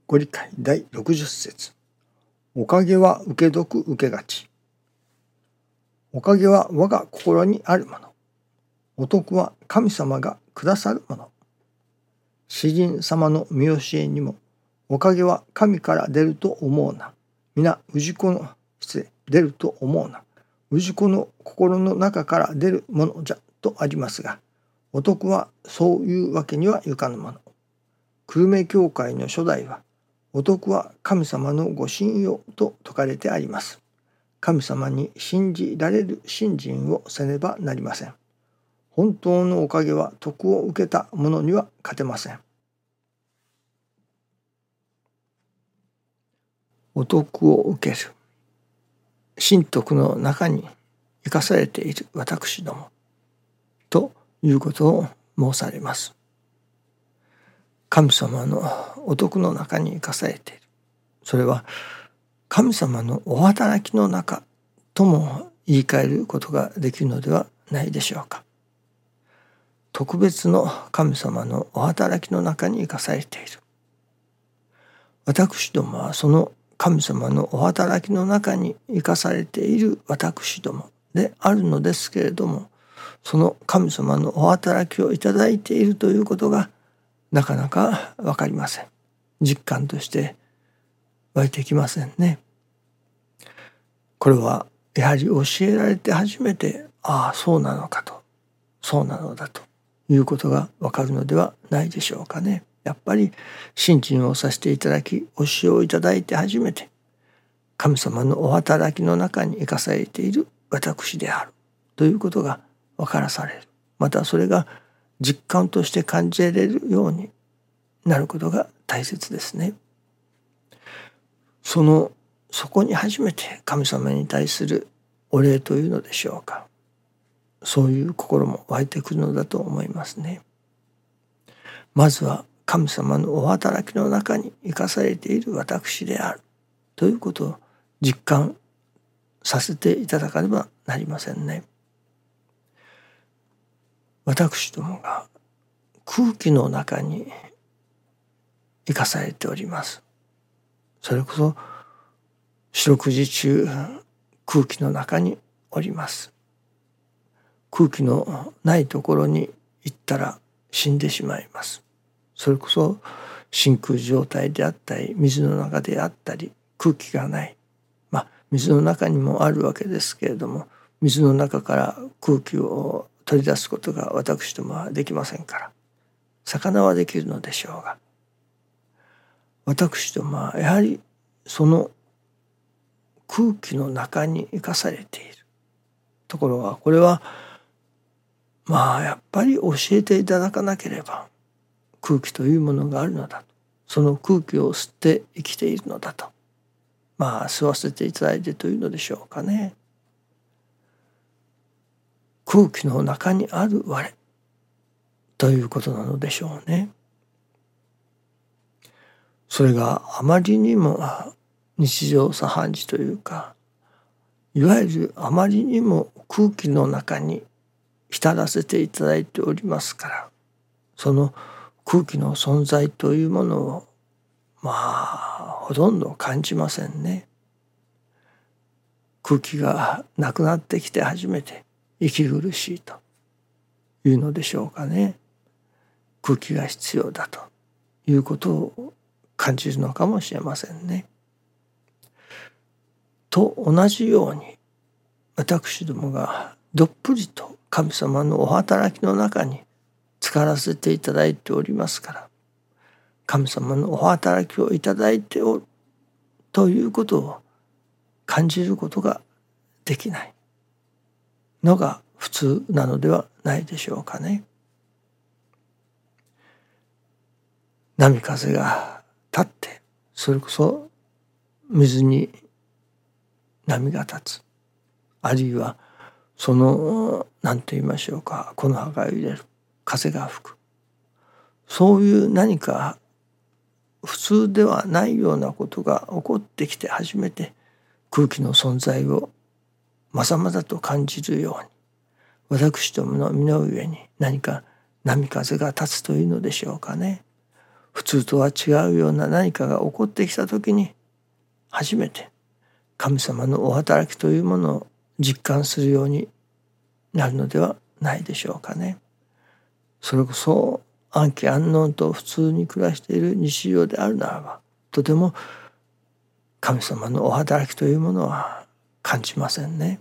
ご理解第60節。おかげは受け得受けがち。おかげは我が心にあるもの。お得は神様がくださるもの。詩人様の見教えにも、おかげは神から出ると思うな。皆氏子の出ると思うな。氏子の心の中から出るものじゃとありますが、お得はそういうわけにはいかぬもの。久留米教会の初代は、お得は神様のご信用と説かれてあります。神様に信じられる信心をせねばなりません。本当のおかげは徳を受けた者には勝てません。お徳を受ける。神徳の中に生かされている私どもということを申されます。神様のお徳の中に生かされている。それは神様のお働きの中とも言い換えることができるのではないでしょうか。特別の神様のお働きの中に生かされている。私どもはその神様のお働きの中に生かされている私どもであるのですけれども、その神様のお働きをいただいているということがなかなか分かりません。実感として湧いてきませんね。これはやはり教えられて初めて、ああそうなのかと、そうなのだということが分かるのではないでしょうかね。やっぱり信心をさせていただき、教えをいただいて初めて神様のお働きの中に生かされている私であるということが分からされる。またそれが実感として感じられるようになることが大切ですね。そこに初めて神様に対するお礼というのでしょうか。そういう心も湧いてくるのだと思いますね。まずは神様のお働きの中に生かされている私であるということを実感させていただかねばなりませんね。私どもが空気の中に生かされております。それこそ四六時中空気の中におります。空気のないところに行ったら死んでしまいます。それこそ真空状態であったり、水の中であったり、空気がない。水の中にもあるわけですけれども、水の中から空気を取り出すことが私どもはできませんから、魚はできるのでしょうが、私どもはやはりその空気の中に生かされているところが、これはやっぱり教えていただかなければ、空気というものがあるのだと、その空気を吸って生きているのだと、吸わせていただいてというのでしょうかね。空気の中にある我ということなのでしょうね。それがあまりにも日常茶飯事というか、いわゆるあまりにも空気の中に浸らせていただいておりますから、その空気の存在というものをほとんど感じませんね。空気がなくなってきて初めて息苦しいというのでしょうかね。空気が必要だということを感じるのかもしれませんね。と同じように、私どもがどっぷりと神様のお働きの中に浸からせていただいておりますから、神様のお働きをいただいておるということを感じることができないのが普通なのではないでしょうかね。波風が立って、それこそ水に波が立つ、あるいはその何と言いましょうか、木の葉が揺れる、風が吹く、そういう何か普通ではないようなことが起こってきて初めて空気の存在をまざまざと感じるように、私どもの身の上に何か波風が立つというのでしょうかね。普普通とは違うような何かが起こってきた時に初めて神様のお働きというものを実感するようになるのではないでしょうかね。それこそ安否安穏と普通に暮らしている日常であるならば、とても神様のお働きというものは感じませんね。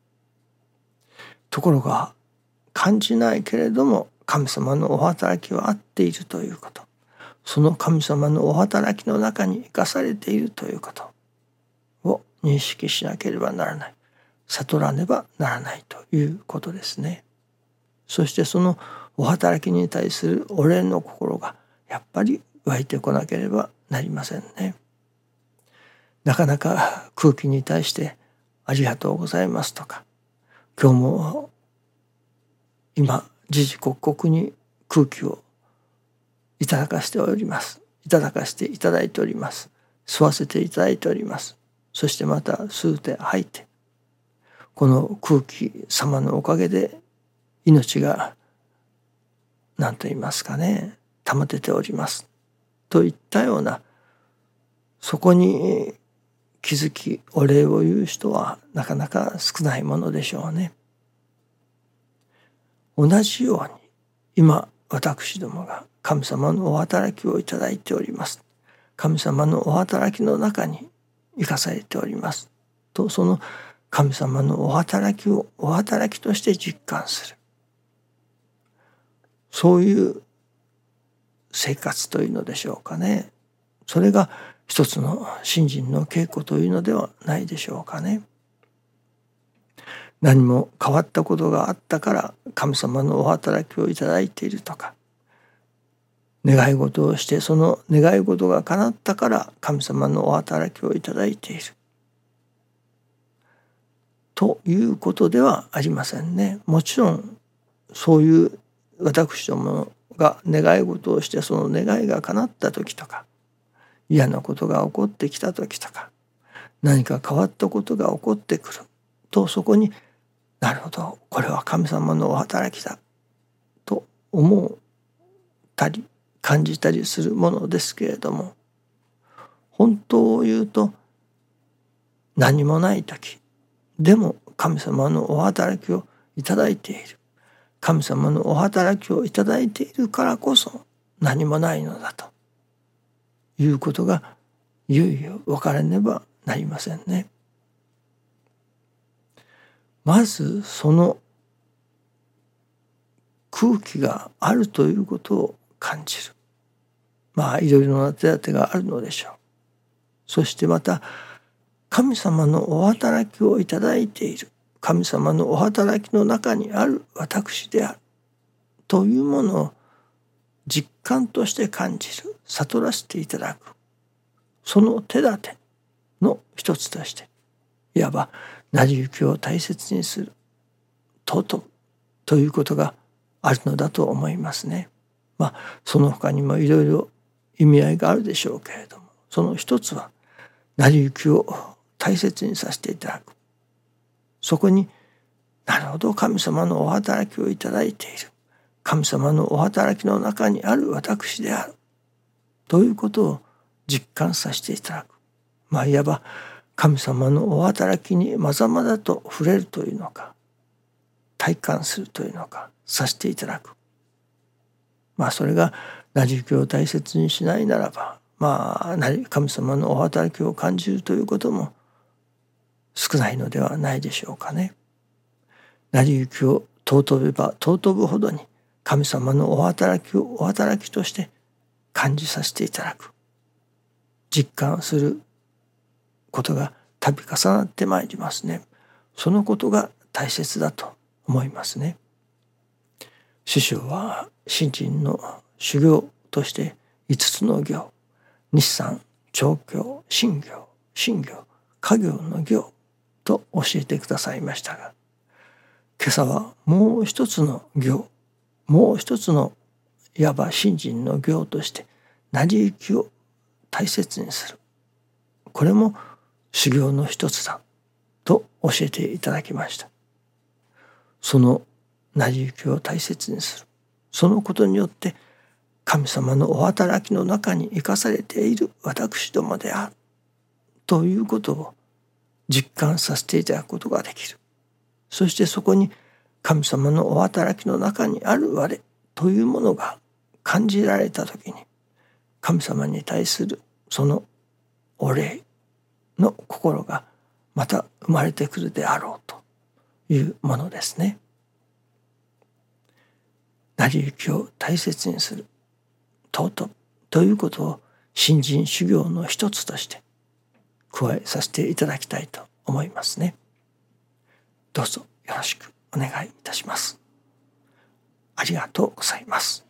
ところが感じないけれども神様のお働きはあっているということ、その神様のお働きの中に生かされているということを認識しなければならない、悟らねばならないということですね。そしてそのお働きに対するお礼の心がやっぱり湧いてこなければなりませんね。なかなか空気に対してありがとうございますとか、今日も今時々刻々に空気をいただかしております。いただかしていただいております。吸わせていただいております。そしてまた吸うて吐いて、この空気様のおかげで命が何と言いますかね、保てておりますといったような、そこに気づきお礼を言う人はなかなか少ないものでしょうね。同じように今私どもが神様のお働きをいただいております。神様のお働きの中に生かされておりますと、その神様のお働きをお働きとして実感する、そういう生活というのでしょうかね。それが一つの信心の稽古というのではないでしょうかね。何も変わったことがあったから神様のお働きをいただいているとか、願い事をしてその願い事が叶ったから神様のお働きをいただいているということではありませんね。もちろんそういう私どもが願い事をしてその願いが叶った時とか、嫌なことが起こってきた時とか、何か変わったことが起こってくると、そこになるほどこれは神様のお働きだと思ったり感じたりするものですけれども、本当を言うと何もない時でも神様のお働きをいただいている、神様のお働きをいただいているからこそ何もないのだということがいよいよ分からねばなりませんね。まずその空気があるということを感じる。いろいろな手立てがあるのでしょう。そしてまた神様のお働きをいただいている、神様のお働きの中にある私であるというものを実感として感じる、悟らせていただく、その手立ての一つとして、いわば成り行きを大切にする、尊ぶということがあるのだと思いますね。その他にもいろいろ意味合いがあるでしょうけれども、その一つは成り行きを大切にさせていただく。そこになるほど神様のお働きをいただいている、神様のお働きの中にある私であるということを実感させていただく。いわば神様のお働きにまざまざと触れるというのか、体感するというのかさせていただく。それが成り行きを大切にしないならば、神様のお働きを感じるということも少ないのではないでしょうかね。成り行きを尊べば尊ぶほどに神様のお働きをお働きとして感じさせていただく、実感することが度重なってまいりますね。そのことが大切だと思いますね。師匠は信心の修行として5つの行、日参、長行、身行、身行、家行の行と教えてくださいましたが、今朝はもう一つの行、もう一つのいわば信心の行として成り行きを大切にする、これも修行の一つだと教えていただきました。その成り行きを大切にする、そのことによって神様のお働きの中に生かされている私どもであるということを実感させていただくことができる。そしてそこに神様のお働きの中にある我というものが感じられたときに、神様に対するそのお礼の心がまた生まれてくるであろうというものですね。成り行きを大切にする尊ということを信心修行の一つとして加えさせていただきたいと思いますね。どうぞよろしくお願いいたします。ありがとうございます。